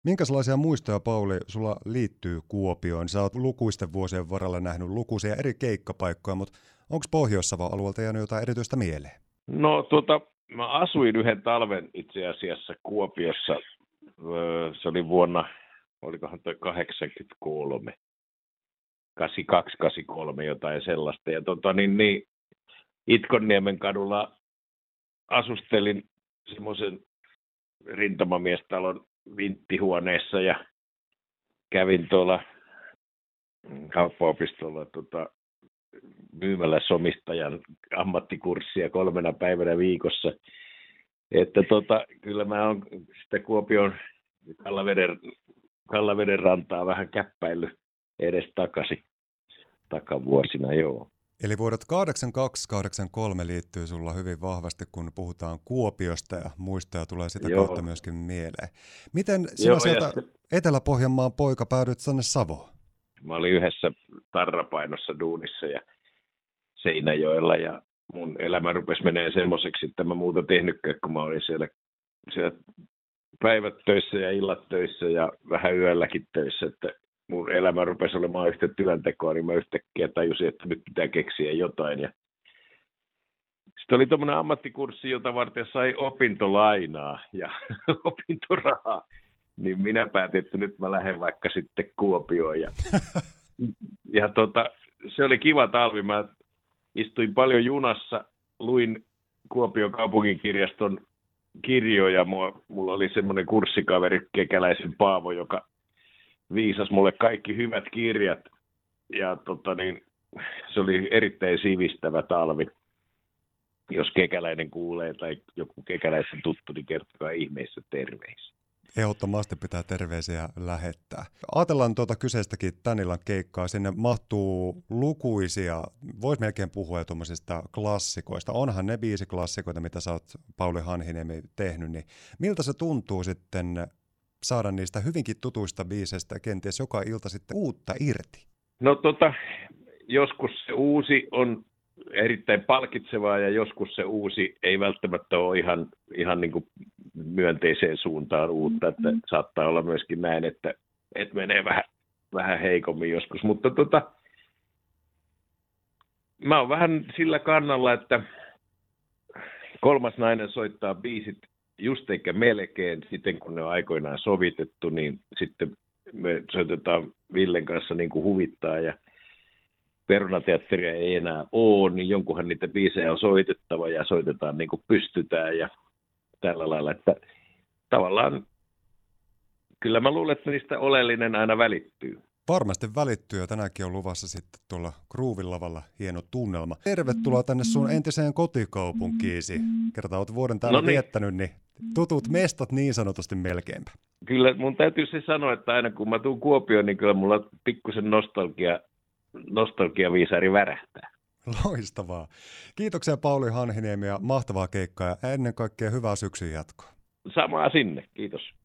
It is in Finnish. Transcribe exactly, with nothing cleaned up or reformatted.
Minkälaisia muistoja, Pauli, sulla liittyy Kuopioon? Sä oot lukuisten vuosien varrella nähnyt lukuisia eri keikkapaikkoja, mutta onko Pohjois-Savon alueelta jäänyt jotain erityistä mieleen? No tuota, mä asuin yhden talven itse asiassa Kuopiossa. Se oli vuonna, olikohan toi kahdeksankymmentäkolme, kahdeksankymmentäkaksi kahdeksankymmentäkolme, jotain sellaista. Ja tota, niin, niin, Itkonniemen kadulla asustelin semmoisen rintamamiestalon vinttihuoneessa ja kävin tuolla kauppaopistolla tota, myymällä somistajan ammattikurssia kolmena päivänä viikossa. Että tota, kyllä mä oon sitä Kuopion Kallaveden, Kallaveden rantaa vähän käppäillyt edes takaisin takavuosina, joo. Eli vuodet kahdeksankymmentäkaksi kahdeksankymmentäkolme liittyy sulla hyvin vahvasti, kun puhutaan Kuopiosta ja muistoja tulee sitä Joo. kautta myöskin mieleen. Miten sinä Joo, sieltä se... Etelä-Pohjanmaan poika päädyit tänne Savoon? Mä olin yhdessä tarrapainossa duunissa ja Seinäjoella ja mun elämä rupesi menee semmoiseksi, että mä muuta tehnytkään, kun mä olin siellä, siellä päivät töissä ja illat töissä ja vähän yölläkin töissä, että mun elämä rupesi olemaan yhtä työntekoa, niin mä yhtäkkiä tajusin, että nyt pitää keksiä jotain. Ja sitten oli tommoinen ammattikurssi, jota varten sai opintolainaa ja opintorahaa. Niin minä päätin, että nyt mä lähden vaikka sitten Kuopioon. Ja, ja tota, se oli kiva talvi. Mä istuin paljon junassa, luin Kuopion kaupunginkirjaston kirjoja. Mulla oli semmoinen kurssikaveri, Kekäläisen Paavo, joka viisas mulle kaikki hyvät kirjat, ja tota niin, se oli erittäin sivistävä talvi. Jos kekäläinen kuulee tai joku kekäläisen tuttu, niin kertokaa ihmeessä terveisiä. Ehdottomasti pitää terveisiä lähettää. Ajatellaan tuota kyseistäkin tän illan keikkaa. Sinne mahtuu lukuisia, vois melkein puhua jo tuommoisista klassikoista. Onhan ne biisiklassikoita, mitä sä oot, Pauli Hanhiniemi, tehnyt. Niin miltä se tuntuu sitten saada niistä hyvinkin tutuista biiseistä kenties joka ilta sitten uutta irti? No tota, joskus se uusi on erittäin palkitsevaa ja joskus se uusi ei välttämättä ole ihan, ihan niin kuin myönteiseen suuntaan uutta, että saattaa olla myöskin näin, että, että menee vähän, vähän heikommin joskus, mutta tota, mä oon vähän sillä kannalla, että kolmas nainen soittaa biisit just eikä melkein, sitten kun ne on aikoinaan sovitettu, niin sitten me soitetaan Villen kanssa niin kuin huvittaa ja Perunateatteria ei enää ole, niin jonkunhan niitä biisejä on soitettava ja soitetaan niin kuin pystytään ja tällä lailla, että tavallaan kyllä mä luulen, että niistä oleellinen aina välittyy. Varmasti välittyy ja tänäänkin on luvassa sitten tuolla Groovin lavalla hieno tunnelma. Tervetuloa tänne sun entiseen kotikaupunkiisi. Kerta olet vuoden täällä no niin. viettänyt, niin tutut mestat niin sanotusti melkeinpä. Kyllä mun täytyy se sanoa, että aina kun mä tuun Kuopioon, niin kyllä mulla pikkusen nostalgia, nostalgiaviisari värähtää. Loistavaa. Kiitoksia Pauli Hanhiniemi ja mahtavaa keikkaa ja ennen kaikkea hyvää syksyn jatkoa. Samaa sinne, kiitos.